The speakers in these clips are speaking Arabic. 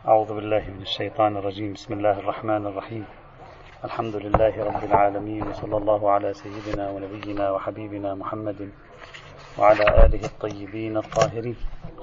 أعوذ بالله من الشيطان الرجيم. بسم الله الرحمن الرحيم. الحمد لله رب العالمين، وصلى الله على سيدنا ونبينا وحبيبنا محمد وعلى آله الطيبين الطاهرين.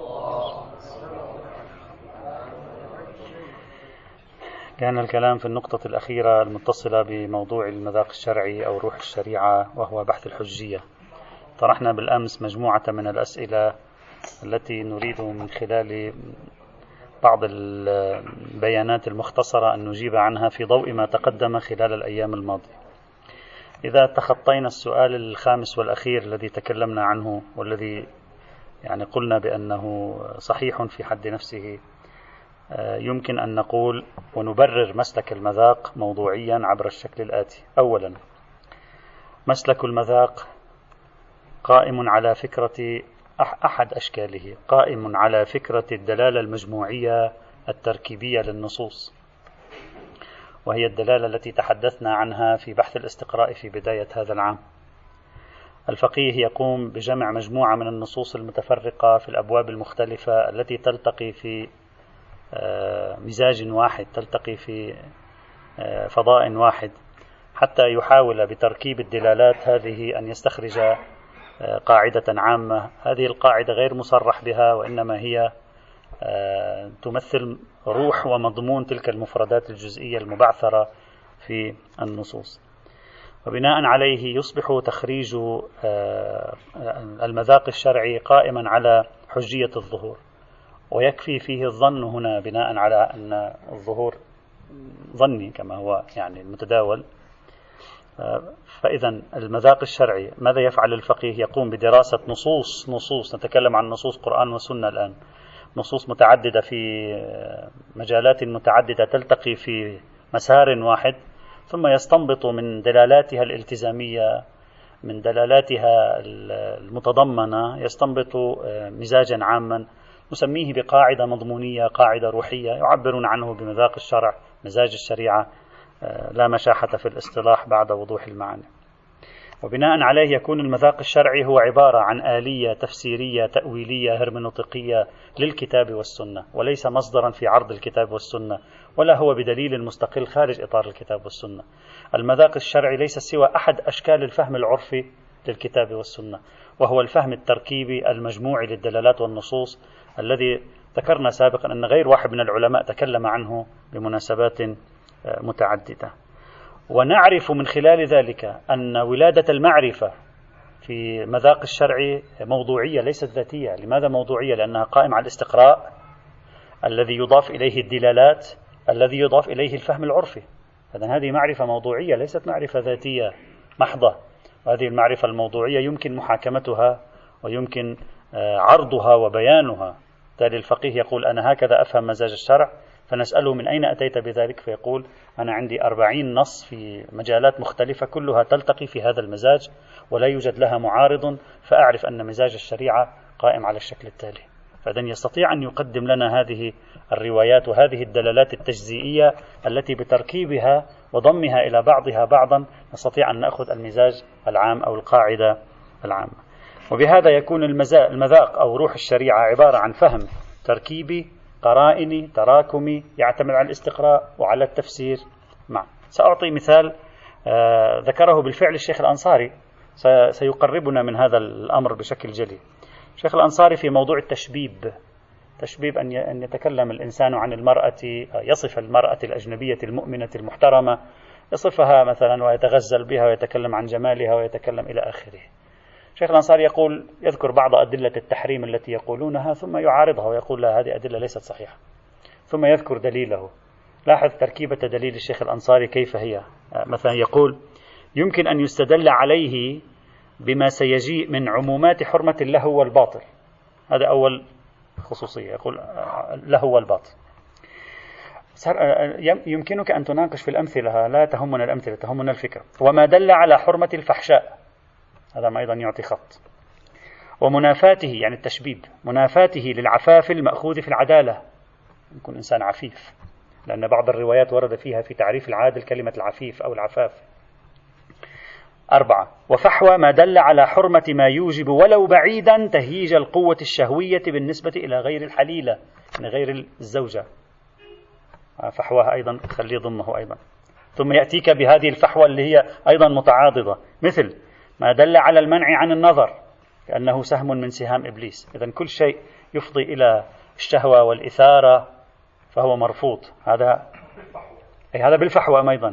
كان الكلام في النقطة الأخيرة المتصلة بموضوع المذاق الشرعي أو روح الشريعة، وهو بحث الحجية. طرحنا بالأمس مجموعة من الأسئلة التي نريد من خلال بعض البيانات المختصرة أن نجيب عنها في ضوء ما تقدم خلال الأيام الماضية. إذا تخطينا السؤال الخامس والأخير الذي تكلمنا عنه، والذي قلنا بأنه صحيح في حد نفسه، يمكن أن نقول ونبرر مسلك المذاق موضوعيا عبر الشكل الآتي. أولا، مسلك المذاق قائم على فكرة أحد أشكاله قائم على فكرة الدلالة المجموعية التركيبية للنصوص، وهي الدلالة التي تحدثنا عنها في بحث الاستقراء في بداية هذا العام. الفقيه يقوم بجمع مجموعة من النصوص المتفرقة في الأبواب المختلفة التي تلتقي في مزاج واحد، تلتقي في فضاء واحد، حتى يحاول بتركيب الدلالات هذه أن يستخرج قاعدة عامة. هذه القاعدة غير مصرح بها، وإنما هي تمثل روح ومضمون تلك المفردات الجزئية المبعثرة في النصوص، وبناء عليه يصبح تخريج المذاق الشرعي قائما على حجية الظهور، ويكفي فيه الظن هنا بناء على أن الظهور ظني كما هو المتداول. فإذا المذاق الشرعي ماذا يفعل الفقيه؟ يقوم بدراسة نصوص نتكلم عن نصوص قرآن وسنة الآن، نصوص متعددة في مجالات متعددة تلتقي في مسار واحد، ثم يستنبط من دلالاتها الالتزامية، من دلالاتها المتضمنة، يستنبط مزاجا عاما نسميه بقاعدة مضمونية، قاعدة روحية، يعبرون عنه بمذاق الشرع، مزاج الشريعة، لا مشاحة في الاصطلاح بعد وضوح المعاني. وبناء عليه يكون المذاق الشرعي هو عبارة عن آلية تفسيرية تأويلية هرمنوطيقية للكتاب والسنة، وليس مصدرا في عرض الكتاب والسنة، ولا هو بدليل مستقل خارج إطار الكتاب والسنة. المذاق الشرعي ليس سوى أحد أشكال الفهم العرفي للكتاب والسنة، وهو الفهم التركيبي المجموعي للدلالات والنصوص، الذي ذكرنا سابقا أن غير واحد من العلماء تكلم عنه بمناسبات متعددة. ونعرف من خلال ذلك أن ولادة المعرفة في مذاق الشرعي موضوعية ليست ذاتية. لماذا موضوعية؟ لأنها قائمة على الاستقراء الذي يضاف إليه الدلالات الذي يضاف إليه الفهم العرفي. إذن هذه معرفة موضوعية ليست معرفة ذاتية محضة. وهذه المعرفة الموضوعية يمكن محاكمتها ويمكن عرضها وبيانها. بالتالي الفقيه يقول أنا هكذا أفهم مزاج الشرع، فنسأله من أين أتيت بذلك؟ فيقول أنا عندي 40 نص في مجالات مختلفة كلها تلتقي في هذا المزاج ولا يوجد لها معارض، فأعرف أن مزاج الشريعة قائم على الشكل التالي. فإذن يستطيع أن يقدم لنا هذه الروايات وهذه الدلالات التجزئية التي بتركيبها وضمها إلى بعضها بعضا نستطيع أن نأخذ المزاج العام أو القاعدة العامة. وبهذا يكون المذاق أو روح الشريعة عبارة عن فهم تركيبي قرائني تراكمي يعتمد على الاستقراء وعلى التفسير. سأعطي مثال ذكره بالفعل الشيخ الأنصاري سيقربنا من هذا الأمر بشكل جلي. الشيخ الأنصاري في موضوع تشبيب أن يتكلم الإنسان عن المرأة، يصف المرأة الأجنبية المؤمنة المحترمة، يصفها مثلا ويتغزل بها ويتكلم عن جمالها ويتكلم إلى آخره. الشيخ الأنصاري يذكر بعض أدلة التحريم التي يقولونها ثم يعارضها ويقول لا هذه أدلة ليست صحيحة، ثم يذكر دليله. لاحظ تركيبة دليل الشيخ الأنصاري كيف هي. مثلا يقول يمكن أن يستدل عليه بما سيجيء من عمومات حرمة اللهو والباطل. هذا أول خصوصية، يقول اللهو والباطل. يمكنك أن تناقش في الأمثلة، لا تهمنا الأمثلة تهمنا الفكرة. وما دل على حرمة الفحشاء، هذا ما أيضا يعطي خط. ومنافاته التشبيب، منافاته للعفاف المأخوذ في العدالة، يكون إنسان عفيف، لأن بعض الروايات ورد فيها في تعريف العادل كلمة العفيف أو العفاف. 4. وفحوى ما دل على حرمة ما يوجب ولو بعيدا تهييج القوة الشهوية بالنسبة إلى غير الحليلة، غير الزوجة. فحواها أيضا خليه ضمه أيضا. ثم يأتيك بهذه الفحوى اللي هي أيضا متعاضدة، مثل ما دل على المنع عن النظر لأنه سهم من سهام إبليس. إذن كل شيء يفضي إلى الشهوة والإثارة فهو مرفوض. هذا بالفحوى أيضا.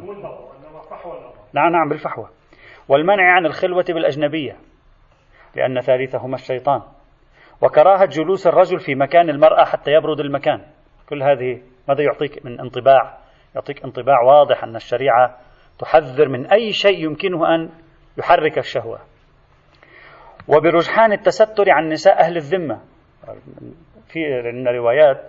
نعم بالفحوى. والمنع عن الخلوة بالأجنبية لأن ثالثهما الشيطان، وكراهة جلوس الرجل في مكان المرأة حتى يبرد المكان. كل هذه ماذا يعطيك من انطباع؟ يعطيك انطباع واضح أن الشريعة تحذر من أي شيء يمكنه أن يحرك الشهوة. وبرجحان التستر عن نساء أهل الذمة. في روايات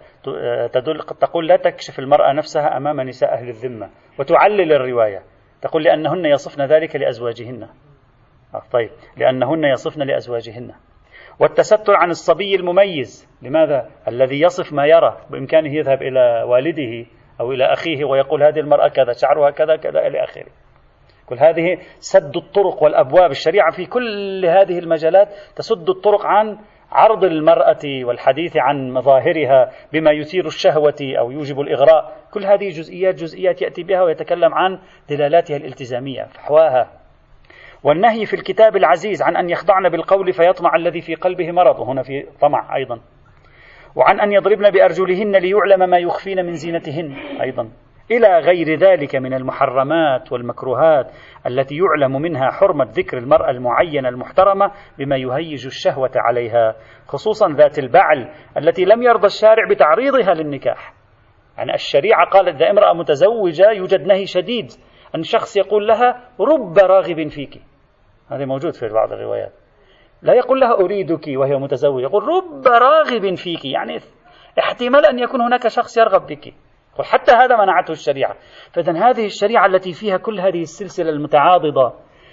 تقول لا تكشف المرأة نفسها أمام نساء أهل الذمة، وتعلل الرواية تقول لأنهن يصفن ذلك لأزواجهن. طيب، لأنهن يصفن لأزواجهن. والتستر عن الصبي المميز. لماذا؟ الذي يصف ما يرى بإمكانه يذهب إلى والده أو إلى أخيه ويقول هذه المرأة كذا، شعرها كذا كذا إلى آخره. كل هذه سد الطرق والأبواب. الشريعة في كل هذه المجالات تسد الطرق عن عرض المرأة والحديث عن مظاهرها بما يثير الشهوة أو يوجب الإغراء. كل هذه جزئيات يأتي بها ويتكلم عن دلالاتها الالتزامية فحواها. والنهي في الكتاب العزيز عن أن يخضعن بالقول فيطمع الذي في قلبه مرض، وهنا في طمع أيضا. وعن أن يضربن بأرجلهن ليعلم ما يخفين من زينتهن أيضا، إلى غير ذلك من المحرمات والمكروهات التي يعلم منها حرمة ذكر المرأة المعينة المحترمة بما يهيج الشهوة عليها، خصوصا ذات البعل التي لم يرضى الشارع بتعريضها للنكاح. يعني الشريعة قالت إذا امرأة متزوجة يوجد نهي شديد أن شخص يقول لها رب راغب فيك. هذا موجود في بعض الروايات. لا يقول لها أريدك وهي متزوجة، يقول رب راغب فيك، يعني احتمال أن يكون هناك شخص يرغب بك. حتى هذا منعته الشريعة. فإذن هذه الشريعة التي فيها كل هذه السلسلة المتعاضدة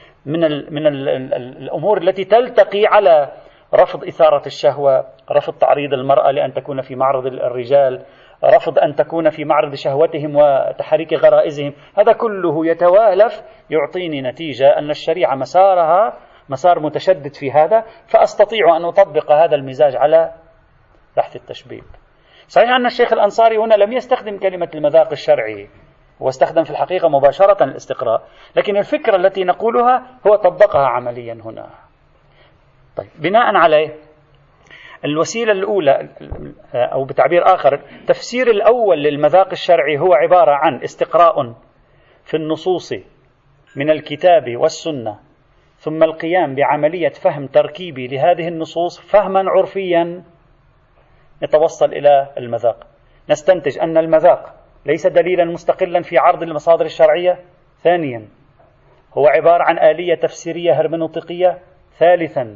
من الأمور التي تلتقي على رفض إثارة الشهوة، رفض تعريض المرأة لأن تكون في معرض الرجال، رفض أن تكون في معرض شهوتهم وتحريك غرائزهم، هذا كله يتوالف يعطيني نتيجة أن الشريعة مسارها مسار متشدد في هذا، فأستطيع أن أطبق هذا المزاج على بحث التشبيب. صحيح أن الشيخ الأنصاري هنا لم يستخدم كلمة المذاق الشرعي، هو استخدم في الحقيقة مباشرة الاستقراء، لكن الفكرة التي نقولها هو طبقها عمليا هنا. طيب، بناء عليه الوسيلة الأولى أو بتعبير آخر التفسير الأول للمذاق الشرعي هو عبارة عن استقراء في النصوص من الكتاب والسنة، ثم القيام بعملية فهم تركيبي لهذه النصوص فهما عرفيا نتوصل إلى المذاق. نستنتج أن المذاق ليس دليلا مستقلا في عرض المصادر الشرعية. ثانيا، هو عبارة عن آلية تفسيرية هرمنوطيقية. ثالثا،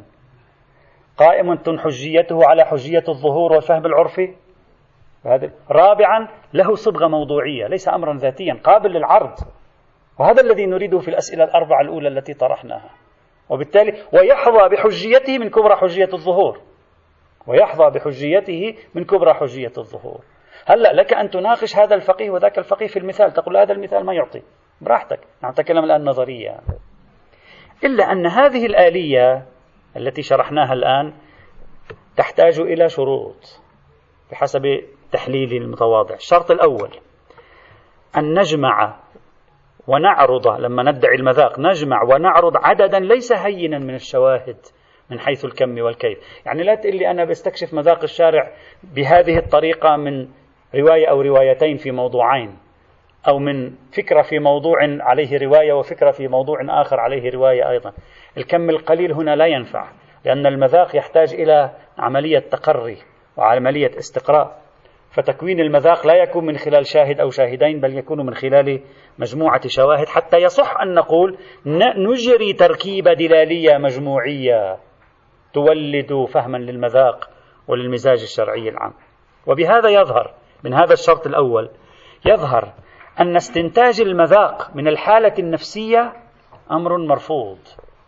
قائمة حجيته على حجية الظهور والفهم العرفي. رابعا، له صبغة موضوعية، ليس أمرا ذاتيا قابل للعرض، وهذا الذي نريده في الأسئلة الأربعة الأولى التي طرحناها. وبالتالي ويحظى بحجيته من كبرى حجية الظهور، ويحظى بحجيته من كبرى حجية الظهور. هلأ لك أن تناقش هذا الفقيه وذاك الفقيه في المثال، تقول هذا المثال ما يعطي، براحتك، نحن نتكلم الآن نظريا. إلا أن هذه الآلية التي شرحناها الآن تحتاج إلى شروط بحسب تحليلي المتواضع. الشرط الأول أن نجمع ونعرض، لما ندعي المذاق نجمع ونعرض عددا ليس هينا من الشواهد من حيث الكم والكيف. يعني لا تقول لي أنا بستكشف مذاق الشارع بهذه الطريقة من رواية أو روايتين في موضوعين، أو من فكرة في موضوع عليه رواية وفكرة في موضوع آخر عليه رواية أيضا. الكم القليل هنا لا ينفع، لأن المذاق يحتاج إلى عملية تقري وعملية استقراء. فتكوين المذاق لا يكون من خلال شاهد أو شاهدين، بل يكون من خلال مجموعة شواهد حتى يصح أن نقول نجري تركيبة دلالية مجموعية تولد فهما للمذاق وللمزاج الشرعي العام. وبهذا يظهر من هذا الشرط الأول يظهر أن استنتاج المذاق من الحالة النفسية أمر مرفوض.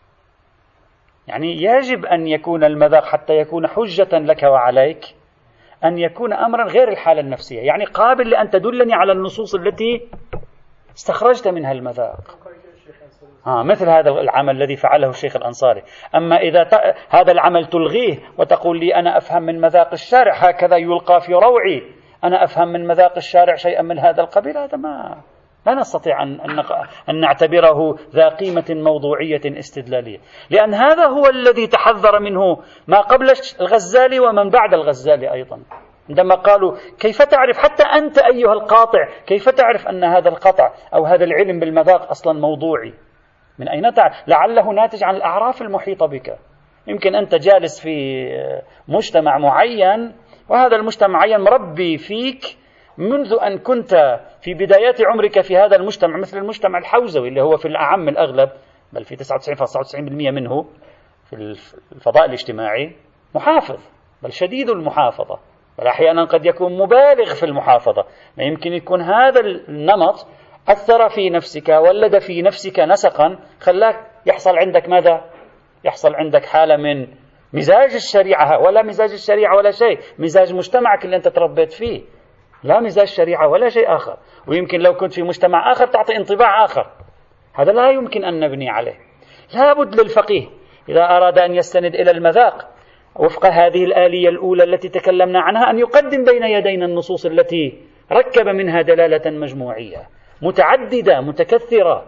يعني يجب أن يكون المذاق حتى يكون حجة لك وعليك أن يكون أمرا غير الحالة النفسية، يعني قابل لأن تدلني على النصوص التي استخرجت منها المذاق. مثل هذا العمل الذي فعله الشيخ الأنصاري. أما إذا هذا العمل تلغيه وتقول لي أنا أفهم من مذاق الشارع هكذا يلقى في روعي أنا أفهم من مذاق الشارع شيئا من هذا القبيل، هذا لا نستطيع أن نعتبره ذا قيمة موضوعية استدلالية، لأن هذا هو الذي تحذر منه ما قبل الغزالي ومن بعد الغزالي أيضا، عندما قالوا كيف تعرف حتى أنت أيها القاطع، كيف تعرف أن هذا القطع أو هذا العلم بالمذاق أصلا موضوعي؟ من أين تعرف؟ لعله ناتج عن الأعراف المحيطة بك. يمكن أنت جالس في مجتمع معين، وهذا المجتمع معين مربي فيك منذ أن كنت في بدايات عمرك في هذا المجتمع، مثل المجتمع الحوزوي اللي هو في الأعم الأغلب، بل في 99.99% منه في الفضاء الاجتماعي محافظ، بل شديد المحافظة، بل أحيانا قد يكون مبالغ في المحافظة. ما يمكن يكون هذا النمط أثر في نفسك، ولد في نفسك نسقا خلاك يحصل عندك ماذا؟ يحصل عندك حالة من مزاج الشريعة، ولا مزاج الشريعة ولا شيء، مزاج مجتمعك اللي أنت تربيت فيه، لا مزاج الشريعة ولا شيء آخر. ويمكن لو كنت في مجتمع آخر تعطي انطباع آخر، هذا لا يمكن أن نبني عليه. لابد للفقيه إذا أراد أن يستند إلى المذاق وفق هذه الآلية الأولى التي تكلمنا عنها، أن يقدم بين يدينا النصوص التي ركب منها دلالة مجموعية متعددة متكثرة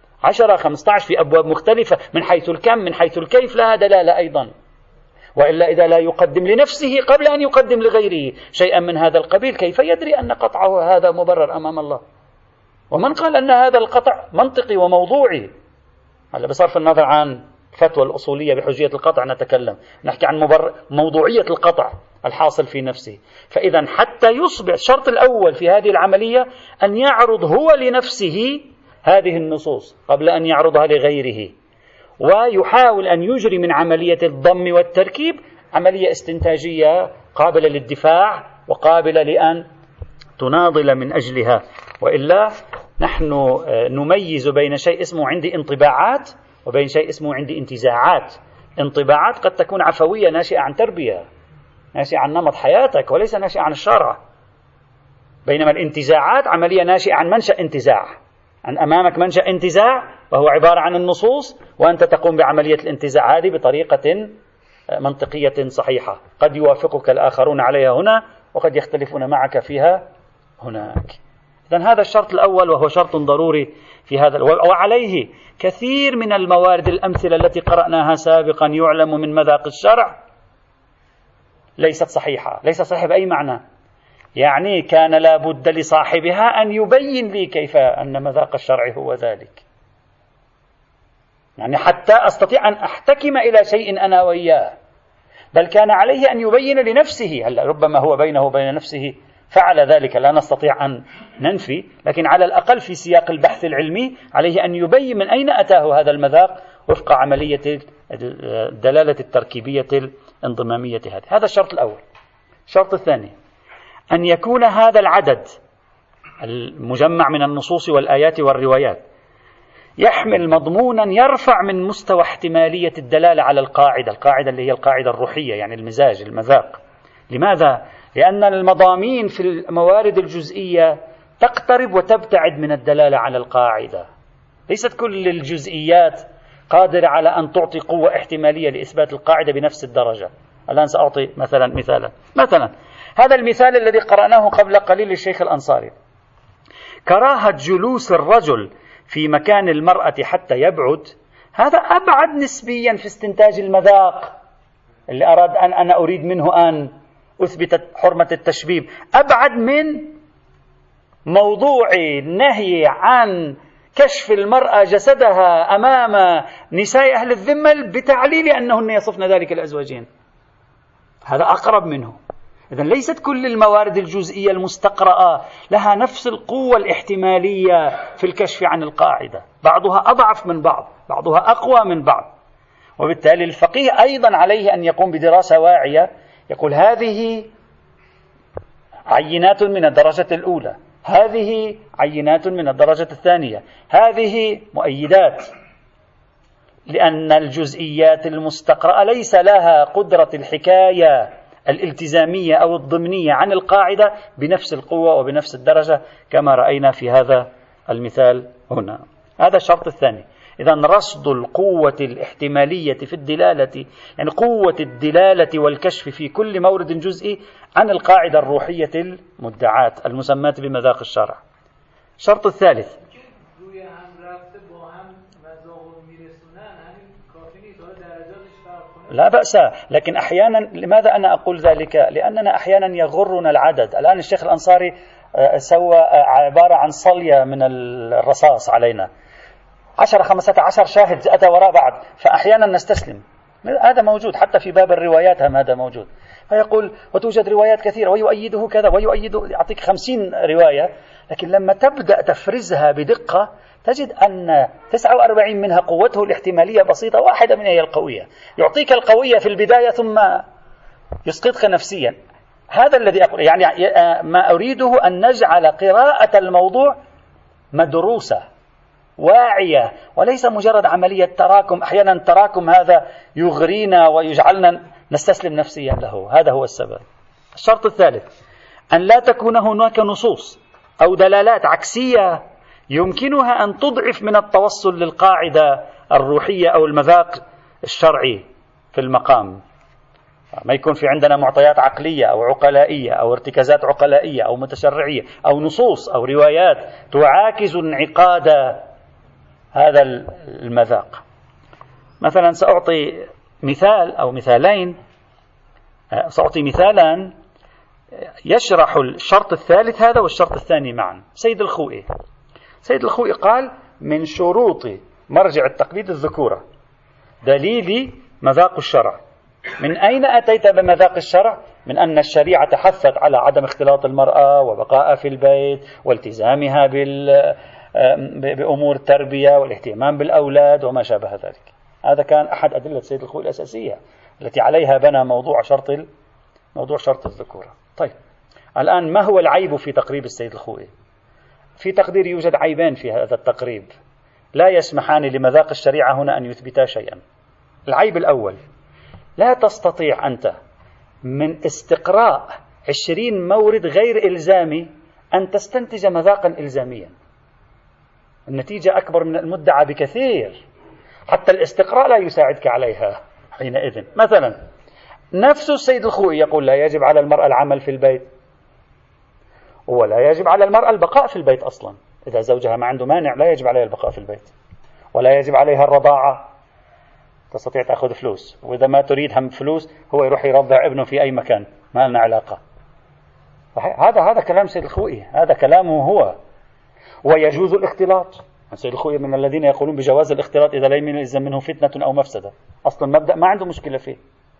10-15 في أبواب مختلفة، من حيث الكم من حيث الكيف لها دلالة أيضا. وإلا إذا لا يقدم لنفسه قبل أن يقدم لغيره شيئا من هذا القبيل، كيف يدري أن قطعه هذا مبرر أمام الله؟ ومن قال أن هذا القطع منطقي وموضوعي؟ هلا بصرف النظر عن الفتوى الأصولية بحجية القطع نتكلم، نحكي عن موضوعية القطع الحاصل في نفسه. فإذا حتى يصبح الشرط الأول في هذه العملية أن يعرض هو لنفسه هذه النصوص قبل أن يعرضها لغيره، ويحاول أن يجري من عملية الضم والتركيب عملية استنتاجية قابلة للدفاع وقابلة لأن تناضل من أجلها. وإلا نحن نميز بين شيء اسمه عندي انطباعات وبين شيء اسمه عندي انتزاعات. انطباعات قد تكون عفوية ناشئة عن تربية، ناشئة عن نمط حياتك، وليس ناشئة عن الشرع. بينما الانتزاعات عملية ناشئة عن منشأ انتزاع، عن أمامك منشأ انتزاع وهو عبارة عن النصوص، وأنت تقوم بعملية الانتزاع هذه بطريقة منطقية صحيحة، قد يوافقك الآخرون عليها هنا وقد يختلفون معك فيها هناك. إذن هذا الشرط الأول، وهو شرط ضروري في هذا، وعليه كثير من الموارد الأمثلة التي قرأناها سابقا يعلم من مذاق الشرع ليست صحيحة، ليس صحيح بأي معنى. يعني كان لابد لصاحبها أن يبين لي كيف أن مذاق الشرع هو ذلك، يعني حتى أستطيع أن أحتكم إلى شيء أنا وإياه. بل كان عليه أن يبين لنفسه، هلا ربما هو بينه وبين نفسه فعل ذلك، لا نستطيع أن ننفي، لكن على الأقل في سياق البحث العلمي عليه أن يبين من أين أتاه هذا المذاق وفق عملية الدلالة التركيبية الانضمامية هذه. هذا الشرط الأول. الشرط الثاني أن يكون هذا العدد المجمع من النصوص والآيات والروايات يحمل مضمونا يرفع من مستوى احتمالية الدلالة على القاعدة اللي هي القاعدة الروحية، يعني المزاج المذاق. لماذا؟ لأن المضامين في الموارد الجزئية تقترب وتبتعد من الدلالة على القاعدة. ليست كل الجزئيات قادرة على أن تعطي قوة احتمالية لإثبات القاعدة بنفس الدرجة. الآن سأعطي مثلا هذا المثال الذي قرأناه قبل قليل للشيخ الأنصاري: كراهة جلوس الرجل في مكان المرأة حتى يبعد، هذا أبعد نسبيا في استنتاج المذاق اللي أنا أريد منه أن أثبت حرمة التشبيب، أبعد من موضوع النهي عن كشف المرأة جسدها أمام نساء أهل الذمة بتعليل أنهن يصفن ذلك الأزواجين. هذا أقرب منه. إذن ليست كل الموارد الجزئية المستقرأة لها نفس القوة الاحتمالية في الكشف عن القاعدة، بعضها أضعف من بعض، بعضها أقوى من بعض. وبالتالي الفقيه أيضا عليه أن يقوم بدراسة واعية، يقول هذه عينات من الدرجة الأولى، هذه عينات من الدرجة الثانية، هذه مؤيدات، لأن الجزئيات المستقرأة ليس لها قدرة الحكاية الالتزامية أو الضمنية عن القاعدة بنفس القوة وبنفس الدرجة كما رأينا في هذا المثال هنا. هذا الشرط الثاني. إذا رصد القوة الاحتمالية في الدلالة، يعني قوة الدلالة والكشف في كل مورد جزئي عن القاعدة الروحية المدعاة المسماة بمذاق الشرع. الشرط الثالث، لا بأس، لكن أحيانا لماذا أنا أقول ذلك؟ لأننا أحيانا يغرنا العدد. الآن الشيخ الأنصاري سوى عبارة عن صلية من الرصاص علينا، 10-15 شاهد أتى وراء بعض، فأحيانا نستسلم. هذا موجود حتى في باب الروايات، هذا موجود. فيقول وتوجد روايات كثيرة ويؤيده كذا ويؤيده، يعطيك 50 رواية، لكن لما تبدأ تفرزها بدقة تجد أن 49 منها قوته الاحتمالية بسيطة، واحدة منها هي القوية. يعطيك القوية في البداية ثم يسقطك نفسيا. هذا الذي أقول، يعني ما أريده أن نجعل قراءة الموضوع مدروسة واعية، وليس مجرد عملية تراكم. أحيانا تراكم هذا يغرينا ويجعلنا نستسلم نفسيا له، هذا هو السبب. الشرط الثالث، أن لا تكون هناك نصوص أو دلالات عكسية يمكنها أن تضعف من التوصل للقاعدة الروحية أو المذاق الشرعي في المقام. ما يكون في عندنا معطيات عقلية أو عقلائية أو ارتكازات عقلائية أو متشرعية أو نصوص أو روايات تعاكس انعقاد هذا المذاق. مثلا سأعطي مثال أو مثالين، سأعطي مثالا يشرح الشرط الثالث هذا والشرط الثاني معا. سيد الخوئي قال من شروط مرجع التقليد الذكورة، دليلي مذاق الشرع. من أين أتيت بمذاق الشرع؟ من أن الشريعة حثت على عدم اختلاط المرأة وبقاء في البيت والتزامها بأمور التربية والاهتمام بالأولاد وما شابه ذلك. هذا كان أحد أدلة سيد الخوئي الأساسية التي عليها بنى موضوع شرط الذكورة. طيب الآن ما هو العيب في تقريب السيد الخوئي؟ في تقدير يوجد عيبين في هذا التقريب لا يسمحان لمذاق الشريعة هنا أن يثبتا شيئا. العيب الأول، لا تستطيع أنت من استقراء 20 مورد غير إلزامي أن تستنتج مذاقا إلزاميا. النتيجة أكبر من المدعى بكثير، حتى الاستقراء لا يساعدك عليها حينئذ. مثلا نفس السيد الخوئي يقول لا يجب على المرأة العمل في البيت، ولا يجب على المرأة البقاء في البيت أصلا. إذا زوجها ما عنده مانع لا يجب عليها البقاء في البيت، ولا يجب عليها الرضاعة، تستطيع تأخذ فلوس، وإذا ما تريد هم فلوس هو يروح يرضع ابنه في أي مكان، ما لنا علاقة. هذا كلام سيد الخوئي، هذا كلامه هو. ويجوز الاختلاط، سيد الخوئي من الذين يقولون بجواز الاختلاط إذا لم يلزم منه فتنة أو مفسدة، أصلا مبدأ ما عنده مشكلة فيه.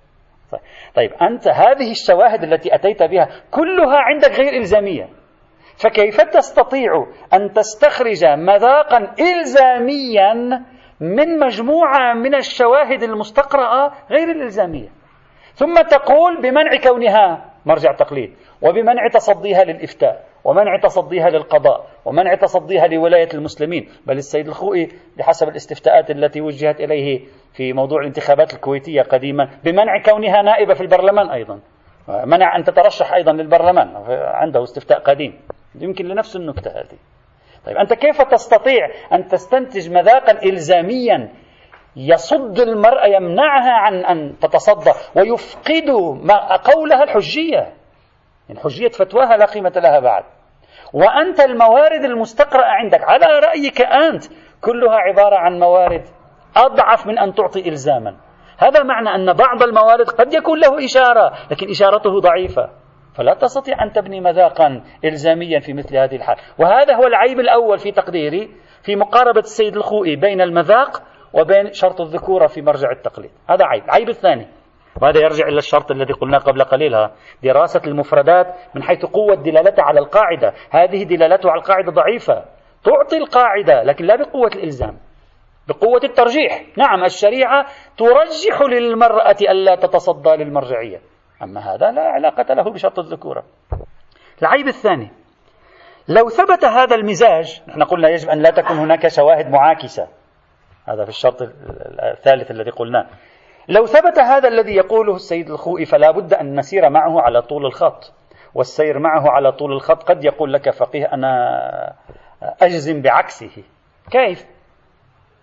طيب أنت هذه الشواهد التي أتيت بها كلها عندك غير إلزامية، فكيف تستطيع أن تستخرج مذاقا إلزاميا من مجموعة من الشواهد المستقرأة غير الإلزامية، ثم تقول بمنع كونها مرجع تقليد، وبمنع تصديها للإفتاء، ومنع تصديها للقضاء، ومنع تصديها لولاية المسلمين. بل السيد الخوئي بحسب الاستفتاءات التي وجهت إليه في موضوع الانتخابات الكويتية قديما بمنع كونها نائبة في البرلمان، أيضا منع أن تترشح أيضا للبرلمان، عنده استفتاء قديم يمكن لنفس النكتة هذه. طيب أنت كيف تستطيع أن تستنتج مذاقا إلزاميا يصد المرأة، يمنعها عن أن تتصدى ويفقد قولها الحجية، يعني حجية فتواها لا قيمة لها بعد، وأنت الموارد المستقرأة عندك على رأيك أنت كلها عبارة عن موارد أضعف من أن تعطي إلزاما. هذا معنى أن بعض الموارد قد يكون له إشارة لكن إشارته ضعيفة، فلا تستطيع أن تبني مذاقا إلزاميا في مثل هذه الحال. وهذا هو العيب الأول في تقديري في مقاربة السيد الخوئي بين المذاق وبين شرط الذكورة في مرجع التقليد. هذا عيب. العيب الثاني، وهذا يرجع إلى الشرط الذي قلناه قبل قليل، دراسة المفردات من حيث قوة دلالتها على القاعدة. هذه دلالتها على القاعدة ضعيفة، تعطي القاعدة لكن لا بقوة الإلزام، بقوة الترجيح. نعم الشريعة ترجح للمرأة ألا تتصدى للمرجعية، أما هذا لا علاقة له بشرط الذكورة. العيب الثاني، لو ثبت هذا المزاج، نحن قلنا يجب أن لا تكون هناك شواهد معاكسة، هذا في الشرط الثالث الذي قلناه. لو ثبت هذا الذي يقوله السيد الخوئي فلا بد أن نسير معه على طول الخط، والسير معه على طول الخط قد يقول لك فقيه أنا أجزم بعكسه. كيف؟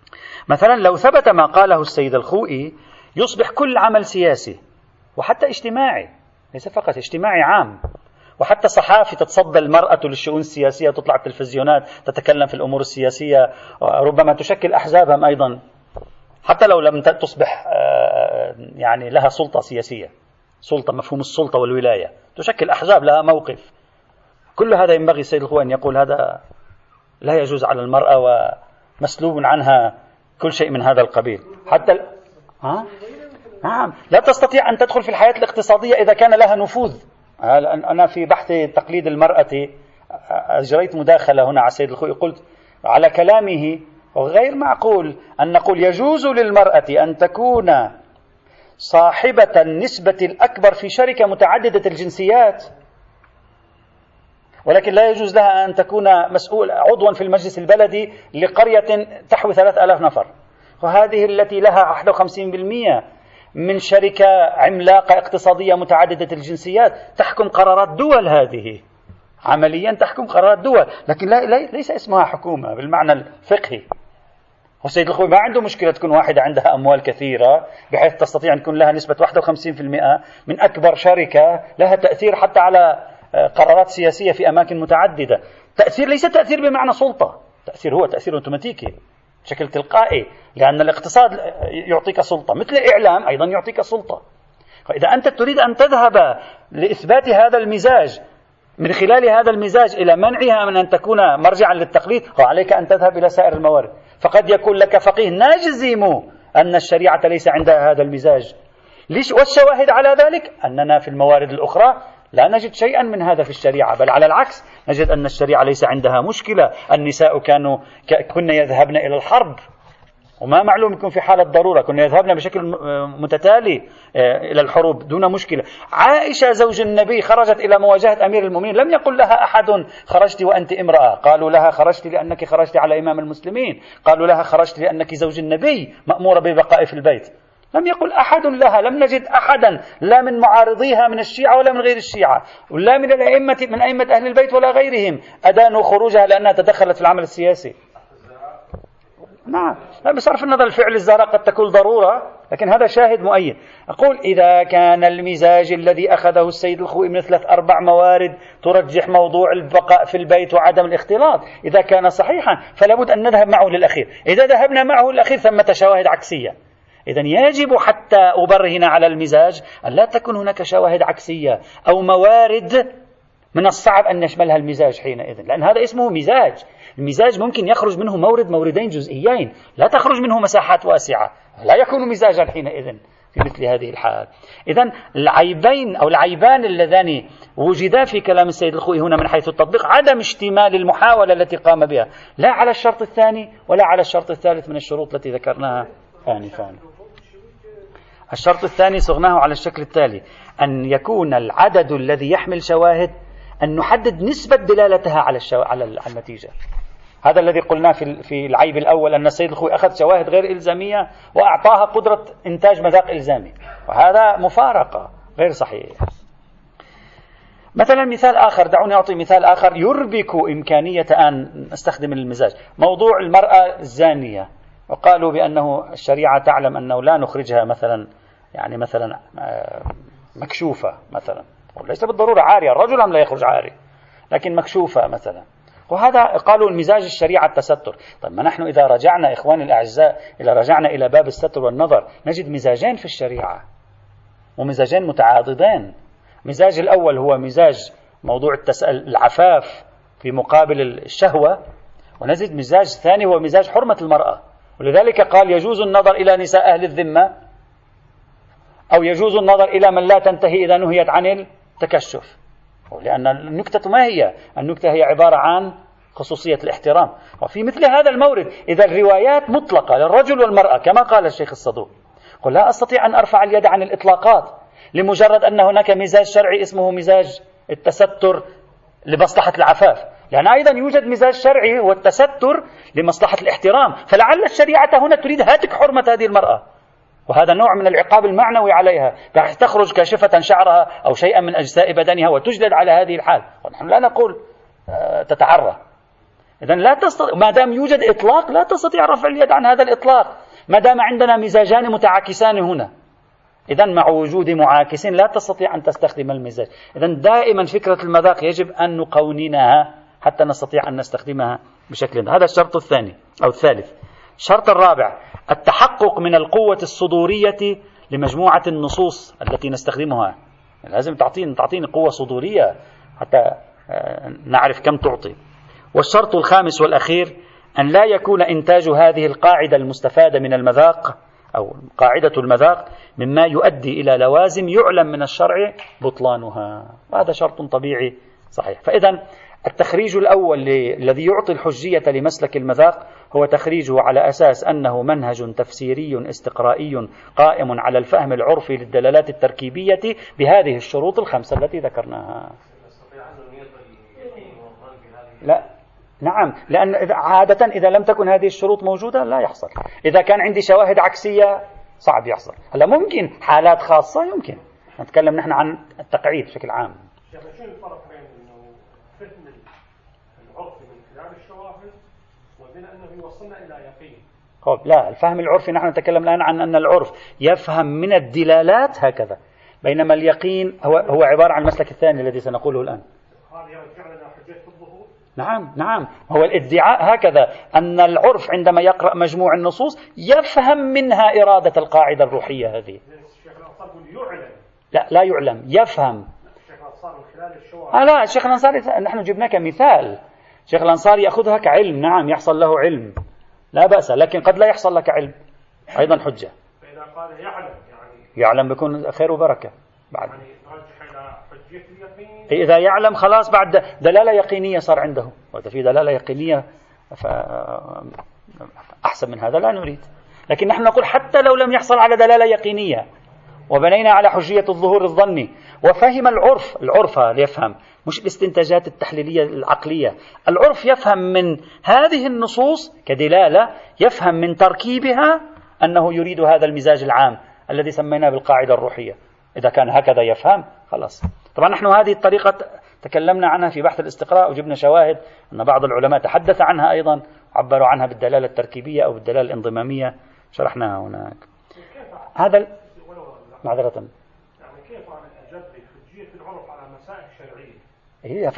مثلا لو ثبت ما قاله السيد الخوئي يصبح كل عمل سياسي وحتى اجتماعي، ليس فقط اجتماعي عام، وحتى صحافي تتصدى المرأة للشؤون السياسية، تطلع التلفزيونات تتكلم في الأمور السياسية، ربما تشكل أحزابها أيضا حتى لو لم تصبح يعني لها سلطة سياسية، سلطة مفهوم السلطة والولاية، تشكل أحزاب لها موقف. كل هذا ينبغي السيد الخوئي أن يقول هذا لا يجوز على المرأة ومسلوب عنها كل شيء من هذا القبيل. حتى نعم لا تستطيع أن تدخل في الحياة الاقتصادية إذا كان لها نفوذ. أنا في بحث تقليد المرأة أجريت مداخلة هنا على السيد الخوئي، قلت على كلامه غير معقول أن نقول يجوز للمرأة أن تكون صاحبة النسبة الأكبر في شركة متعددة الجنسيات، ولكن لا يجوز لها أن تكون عضوا في المجلس البلدي لقرية تحوي 3000 نفر، وهذه التي لها 51% من شركة عملاقة اقتصادية متعددة الجنسيات تحكم قرارات دول، هذه عمليا تحكم قرارات دول، لكن ليس اسمها حكومة بالمعنى الفقهي. والسيد الخوئي ما عنده مشكلة تكون واحدة عندها أموال كثيرة بحيث تستطيع أن تكون لها نسبة 51% من أكبر شركة لها تأثير حتى على قرارات سياسية في أماكن متعددة. تأثير ليس تأثير بمعنى سلطة، تأثير هو تأثير اوتوماتيكي بشكل تلقائي، لأن الاقتصاد يعطيك سلطة، مثل الإعلام أيضا يعطيك سلطة. فإذا أنت تريد أن تذهب لإثبات هذا المزاج من خلال هذا المزاج إلى منعها من أن تكون مرجعا للتقليد، وعليك أن تذهب إلى سائر الموارد. فقد يكون لك فقيه نجزم أن الشريعة ليس عندها هذا المزاج، والشواهد على ذلك أننا في الموارد الأخرى لا نجد شيئا من هذا في الشريعة، بل على العكس نجد أن الشريعة ليس عندها مشكلة. النساء كنا يذهبن إلى الحرب، وما معلوم يكون في حالة ضرورة، كنا يذهبن بشكل متتالي إلى الحروب دون مشكلة. عائشة زوج النبي خرجت إلى مواجهة أمير المؤمنين، لم يقل لها أحد خرجت وأنت امرأة، قالوا لها خرجت لأنك خرجت على إمام المسلمين، قالوا لها خرجت لأنك زوج النبي مأمورة بالبقاء في البيت. لم يقل أحد لها، لم نجد أحدا لا من معارضيها من الشيعة ولا من غير الشيعة ولا من الأئمة من أئمة أهل البيت ولا غيرهم أدانوا خروجها لأنها تدخلت في العمل السياسي. نعم، لا بصرف النظر الفعل الزهراء قد تكون ضرورة، لكن هذا شاهد مؤيد. أقول إذا كان المزاج الذي أخذه السيد الخوئي من 3-4 موارد ترجح موضوع البقاء في البيت وعدم الاختلاط، إذا كان صحيحا فلا بد أن نذهب معه للأخير. إذا ذهبنا معه للأخير ثمة شواهد عكسية، إذن يجب حتى أبرهن على المزاج أن لا تكون هناك شواهد عكسية أو موارد من الصعب أن يشملها المزاج حينئذ، لأن هذا اسمه مزاج. المزاج ممكن يخرج منه موردين جزئيين، لا تخرج منه مساحات واسعة، لا يكون مزاجا حينئذ في مثل هذه الحال. إذن العيبين أو العيبان اللذان وجدا في كلام السيد الخوئي هنا من حيث التطبيق عدم اشتمال المحاولة التي قام بها لا على الشرط الثاني ولا على الشرط الثالث من الشروط التي ذكرناها آنفا. الشرط الثاني صغناه على الشكل التالي: أن يكون العدد الذي يحمل شواهد أن نحدد نسبة دلالتها على النتيجة. هذا الذي قلناه في العيب الأول، أن السيد الخوئي أخذ شواهد غير إلزامية وأعطاها قدرة إنتاج مذاق إلزامي، وهذا مفارقة غير صحيح. مثلا مثال آخر، دعوني أعطي مثال آخر يربك إمكانية أن نستخدم المزاج. موضوع المرأة الزانية، وقالوا بأنه الشريعة تعلم أنه لا نخرجها مثلا مكشوفة مثلا، ليس بالضرورة عارية، الرجل هم لا يخرج عاري، لكن مكشوفة مثلا، وهذا قالوا المزاج الشريعة التستر. طيب ما نحن إذا رجعنا إخواني الأعزاء إلى باب الستر والنظر نجد مزاجين في الشريعة ومزاجين متعاضدين. مزاج الأول هو مزاج موضوع العفاف في مقابل الشهوة، ونجد مزاج ثاني هو مزاج حرمة المرأة، ولذلك قال يجوز النظر إلى نساء أهل الذمة أو يجوز النظر إلى من لا تنتهي إذا نهيت عن التكشف، لأن النكتة ما هي؟ النكتة هي عبارة عن خصوصية الاحترام. وفي مثل هذا المورد إذا الروايات مطلقة للرجل والمرأة كما قال الشيخ الصدوق، قل لا أستطيع أن أرفع اليد عن الإطلاقات لمجرد أن هناك مزاج شرعي اسمه مزاج التستر لمصلحة العفاف، لأن أيضا يوجد مزاج شرعي هو التستر لمصلحة الاحترام، فلعل الشريعة هنا تريد هاتك حرمة هذه المرأة، وهذا نوع من العقاب المعنوي عليها، بحيث تخرج كاشفة شعرها أو شيئا من أجزاء بدنها وتجلد على هذه الحال. ونحن لا نقول تتعرى، إذن لا تستطيع، ما دام يوجد إطلاق لا تستطيع رفع اليد عن هذا الإطلاق، ما دام عندنا مزاجان متعاكسان هنا. إذن مع وجود معاكس لا تستطيع أن تستخدم المزاج. إذن دائما فكرة المذاق يجب أن نقوننها حتى نستطيع أن نستخدمها بشكل. هذا الشرط الثاني أو الثالث. الشرط الرابع التحقق من القوة الصدورية لمجموعة النصوص التي نستخدمها. لازم تعطيني قوة صدورية حتى نعرف كم تعطي. والشرط الخامس والأخير أن لا يكون إنتاج هذه القاعدة المستفادة من المذاق أو قاعدة المذاق مما يؤدي إلى لوازم يعلم من الشرع بطلانها. هذا شرط طبيعي صحيح. فإذا التخريج الأول الذي يعطي الحجية لمسلك المذاق هو تخريجه على أساس أنه منهج تفسيري استقرائي قائم على الفهم العرفي للدلالات التركيبية بهذه الشروط الخمسة التي ذكرناها. لا، نعم، لأن عادة إذا لم تكن هذه الشروط موجودة لا يحصل. إذا كان عندي شواهد عكسية صعب يحصل. هلا ممكن حالات خاصة يمكن نتكلم نحن عن التقعيد بشكل عام. شو الفرق بين إنه فهم العرف من خلال الشواهد وبين أنه يوصلنا إلى يقين؟ لا، الفهم العرفي نحن نتكلم الآن عن أن العرف يفهم من الدلالات هكذا، بينما اليقين هو عبارة عن المسلك الثاني الذي سنقوله الآن. هذا يرجع لنا حجية الظهور. نعم، هو الادعاء هكذا أن العرف عندما يقرأ مجموع النصوص يفهم منها إرادة القاعدة الروحية هذه. الشيخ الأنصاري يقول يعلم. لا يعلم، يفهم. الشيخ الأنصاري من خلال الشواهد. لا، الشيخ الأنصاري نحن جبناه كمثال. الشيخ الأنصاري يأخذها كعلم، نعم يحصل له علم لا بأس، لكن قد لا يحصل لك علم أيضا حجة. فإذا قال يعلم يعلم بيكون خير وبركة بعد. يعني رجح إلى حجية اليقين. إذا يعلم خلاص بعد دلالة يقينية صار عنده، وإذا في دلالة يقينية أحسن من هذا لا نريد. لكن نحن نقول حتى لو لم يحصل على دلالة يقينية وبنينا على حجية الظهور الظني وفهم العرف يفهم، مش الاستنتاجات التحليلية العقلية. العرف يفهم من هذه النصوص كدلالة، يفهم من تركيبها أنه يريد هذا المزاج العام الذي سميناه بالقاعدة الروحية. إذا كان هكذا يفهم خلاص. طبعا نحن هذه الطريقة تكلمنا عنها في بحث الاستقراء وجبنا شواهد أن بعض العلماء تحدث عنها أيضا، عبروا عنها بالدلالة التركيبية أو بالدلالة الانضمامية، شرحناها هناك. هذا معذرة يعني كيف عن الأجد حجية العرف على مسائل شرعية؟ هي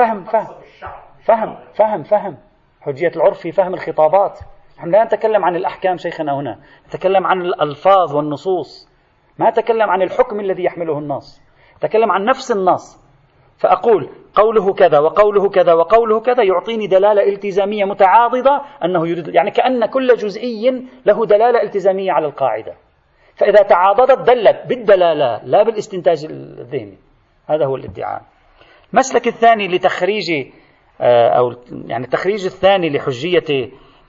فهم حجية العرف في فهم الخطابات. نحن لا نتكلم عن الأحكام شيخنا هنا، نتكلم عن الألفاظ والنصوص، ما نتكلم عن الحكم الذي يحمله النص، نتكلم عن نفس النص. فأقول قوله كذا وقوله كذا وقوله كذا يعطيني دلالة التزامية متعاضدة أنه يريد، يعني كأن كل جزئي له دلالة التزامية على القاعدة، فإذا تعاضدت دلت بالدلالة لا بالاستنتاج الذهني. هذا هو الادعاء. المسلك الثاني لتخريج أو يعني التخريج الثاني لحجية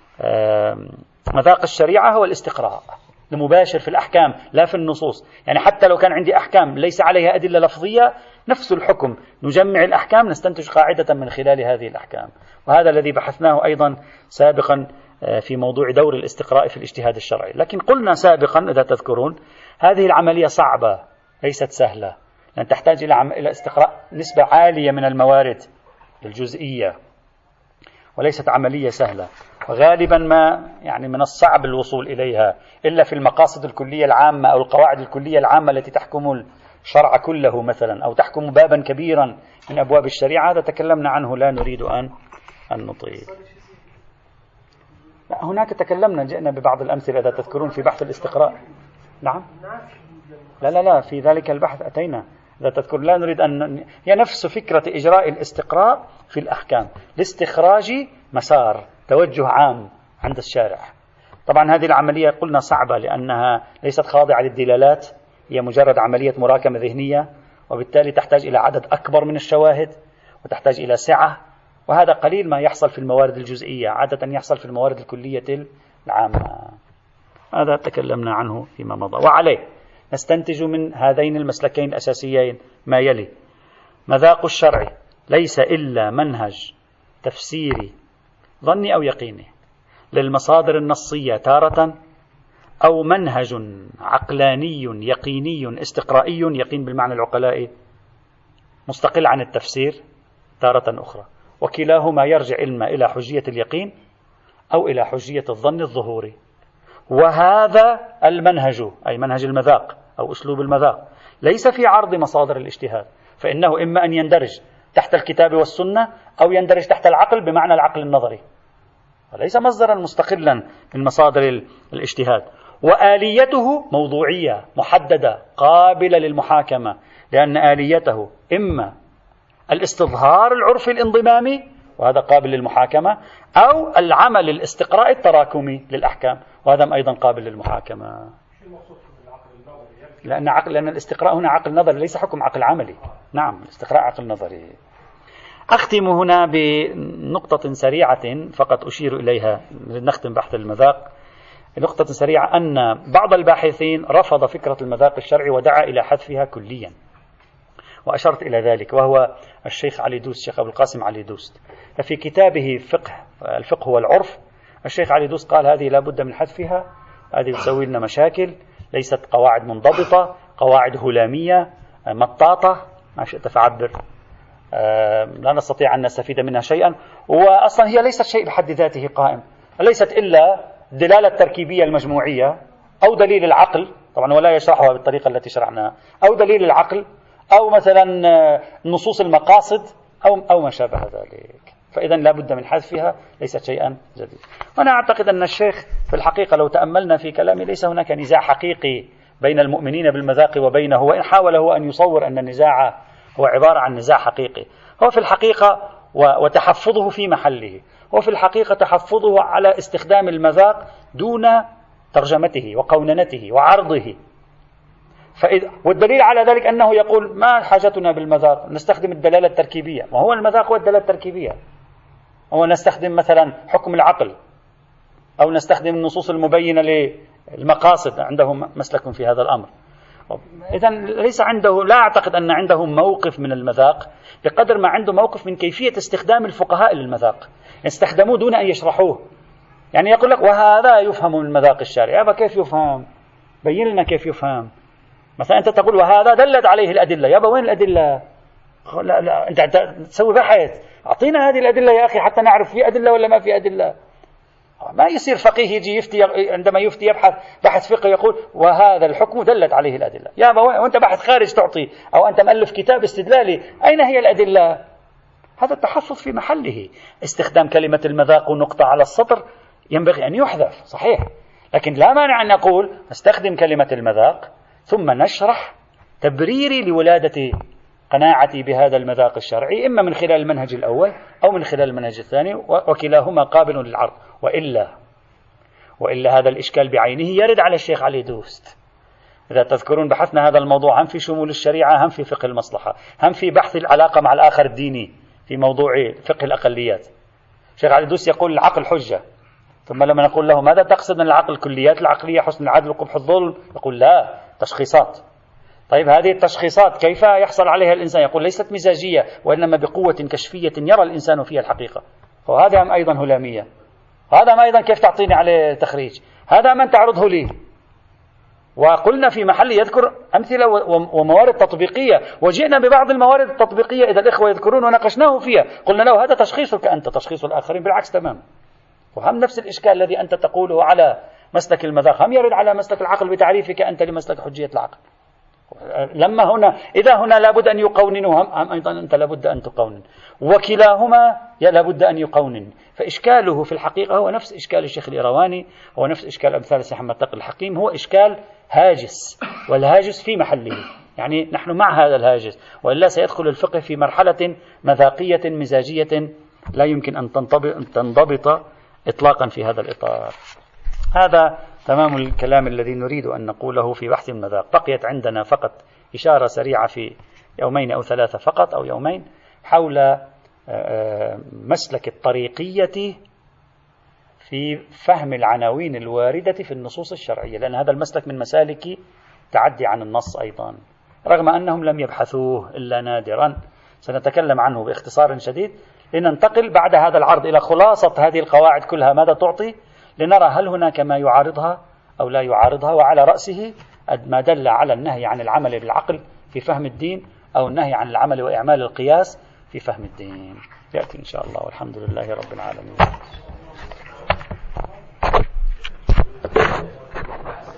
مذاق الشريعة هو الاستقراء المباشر في الأحكام لا في النصوص. يعني حتى لو كان عندي أحكام ليس عليها أدلة لفظية، نفس الحكم نجمع الأحكام نستنتج قاعدة من خلال هذه الأحكام. وهذا الذي بحثناه أيضا سابقا في موضوع دور الاستقراء في الاجتهاد الشرعي. لكن قلنا سابقا إذا تذكرون هذه العملية صعبة ليست سهلة، لأن تحتاج إلى استقراء نسبة عالية من الموارد الجزئية، وليست عملية سهلة، وغالبا ما يعني من الصعب الوصول إليها إلا في المقاصد الكلية العامة أو القواعد الكلية العامة التي تحكم الشرع كله مثلا، أو تحكم بابا كبيرا من أبواب الشريعة. هذا تكلمنا عنه لا نريد أن نطيل. هناك تكلمنا، جئنا ببعض الأمثلة إذا تذكرون في بحث الاستقراء. نعم، لا في ذلك البحث أتينا إذا تذكر. لا نريد أن هي نفس فكرة إجراء الاستقراء في الأحكام، لاستخراج مسار توجه عام عند الشارع. طبعا هذه العملية قلنا صعبة لأنها ليست خاضعة للدلالات، هي مجرد عملية مراكمة ذهنية، وبالتالي تحتاج إلى عدد أكبر من الشواهد وتحتاج إلى سعة، وهذا قليل ما يحصل في الموارد الجزئية، عادة يحصل في الموارد الكلية العامة. هذا تكلمنا عنه فيما مضى. وعليه نستنتج من هذين المسلكين الأساسيين ما يلي: مذاق الشرع ليس إلا منهج تفسيري ظني أو يقيني للمصادر النصية تارة، أو منهج عقلاني يقيني استقرائي، يقين بالمعنى العقلائي، مستقل عن التفسير تارة أخرى. وكلاهما يرجع إما إلى حجية اليقين أو إلى حجية الظن الظهوري. وهذا المنهج، أي منهج المذاق أو أسلوب المذاق، ليس في عرض مصادر الاجتهاد، فإنه إما أن يندرج تحت الكتاب والسنة أو يندرج تحت العقل بمعنى العقل النظري، وليس مصدرا مستقلا من مصادر الاجتهاد. وآليته موضوعية محددة قابلة للمحاكمة، لأن آليته إما الاستظهار العرفي الانضمامي وهذا قابل للمحاكمة، أو العمل الاستقراء التراكمي للأحكام وهذا أيضا قابل للمحاكمة. لأن الاستقراء هنا عقل نظري ليس حكم عقل عملي. نعم، الاستقراء عقل نظري. أختم هنا بنقطة سريعة فقط أشير إليها نختم بحث المذاق. نقطة سريعة أن بعض الباحثين رفض فكرة المذاق الشرعي ودعا إلى حذفها كليا، وأشرت إلى ذلك، وهو الشيخ علي دوست، الشيخ أبو القاسم علي دوست. ففي كتابه الفقه والعرف الشيخ علي دوست قال هذه لا بد من حذفها، هذه تسوي لنا مشاكل، ليست قواعد منضبطة، قواعد هلامية مطاطة ما شئت فعبر، لا نستطيع أن نستفيد منها شيئا، وأصلا هي ليست شيء بحد ذاته قائم، ليست إلا دلالة التركيبية المجموعية أو دليل العقل، طبعا ولا يشرحها بالطريقة التي شرحناها، أو دليل العقل، أو مثلا نصوص المقاصد أو ما شابه ذلك. فإذا لا بد من حذفها، ليست شيئا جديد. وأنا أعتقد أن الشيخ في الحقيقة لو تأملنا في كلامه ليس هناك نزاع حقيقي بين المؤمنين بالمذاق وبينه، وإن حاول هو أن يصور أن النزاع هو عبارة عن نزاع حقيقي، هو في الحقيقة وتحفظه في محله، هو في الحقيقة تحفظه على استخدام المذاق دون ترجمته وقوننته وعرضه. والدليل على ذلك أنه يقول ما حاجتنا بالمذاق، نستخدم الدلالة التركيبية، وهو المذاق هو الدلالة التركيبية، هو نستخدم مثلا حكم العقل أو نستخدم النصوص المبينة للمقاصد، عندهم مسلك في هذا الأمر. إذن ليس عنده، لا أعتقد أن عنده موقف من المذاق بقدر ما عنده موقف من كيفية استخدام الفقهاء للمذاق، استخدموه دون أن يشرحوه. يعني يقول لك وهذا يفهم من المذاق الشرعي، يابا كيف يفهم؟ بين لنا كيف يفهم. مثلا أنت تقول وهذا دلت عليه الأدلة، يابا وين الأدلة؟ لا أنت تسوي بحث، أعطينا هذه الأدلة يا أخي حتى نعرف في أدلة ولا ما في أدلة. ما يصير فقيه يجي يفتي، عندما يفتي يبحث بحث فقه يقول وهذا الحكم دلت عليه الأدلة. يابا وأنت بحث خارج تعطي، أو أنت مؤلف كتاب استدلالي، أين هي الأدلة؟ هذا التحفظ في محله. استخدام كلمة المذاق ونقطة على السطر ينبغي أن يحذف صحيح، لكن لا مانع أن نقول نستخدم كلمة المذاق ثم نشرح تبريري لولادة قناعتي بهذا المذاق الشرعي، إما من خلال المنهج الأول أو من خلال المنهج الثاني، وكلاهما قابل للعرض. وإلا هذا الإشكال بعينه يرد على الشيخ علي دوست. إذا تذكرون بحثنا هذا الموضوع هم في شمول الشريعة، هم في فقه المصلحة، هم في بحث العلاقة مع الآخر الديني في موضوع فقه الأقليات. الشيخ علي دوست يقول العقل حجة، ثم لما نقول له ماذا تقصد من العقل؟ الكليات العقلية، حسن العدل وقبح الظلم، يقول لا، تشخيصات. طيب هذه التشخيصات كيف يحصل عليها الإنسان؟ يقول ليست مزاجية وإنما بقوة كشفية يرى الإنسان فيها الحقيقة. وهذا أيضا هلامية، هذا أيضا كيف تعطيني عليه تخريج؟ هذا من تعرضه لي. وقلنا في محل يذكر أمثلة وموارد تطبيقية، وجئنا ببعض الموارد التطبيقية إذا الإخوة يذكرون وناقشناه فيها، قلنا له هذا تشخيصك أنت، تشخيص الآخرين بالعكس تمام. وهم نفس الإشكال الذي أنت تقوله على مسلك المذاق هم يرد على مسلك العقل بتعريفك أنت لمسلك حجية العقل. لما هنا إذا هنا لابد أن يقوننوا، هم أيضا أنت لابد أن تقونن، وكلاهما لابد أن يقونن. فإشكاله في الحقيقة هو نفس إشكال الشيخ الإيرواني، هو نفس إشكال أمثال الشيخ محمد تقي الحكيم، هو إشكال هاجس، والهاجس في محله. يعني نحن مع هذا الهاجس، وإلا سيدخل الفقه في مرحلة مذاقية مزاجية لا يمكن أن تنضبط إطلاقا في هذا الإطار. هذا تمام الكلام الذي نريد أن نقوله في بحث المذاق. بقيت عندنا فقط إشارة سريعة في يومين أو ثلاثة فقط أو يومين حول مسلك الطريقية في فهم العناوين الواردة في النصوص الشرعية، لأن هذا المسلك من مسالك تعدي عن النص أيضا، رغم أنهم لم يبحثوه إلا نادرا. سنتكلم عنه باختصار شديد لننتقل بعد هذا العرض إلى خلاصة هذه القواعد كلها ماذا تعطي، لنرى هل هناك ما يعارضها أو لا يعارضها، وعلى رأسه ما دل على النهي عن العمل بالعقل في فهم الدين، أو النهي عن العمل وإعمال القياس في فهم الدين. يأتي إن شاء الله، والحمد لله رب العالمين.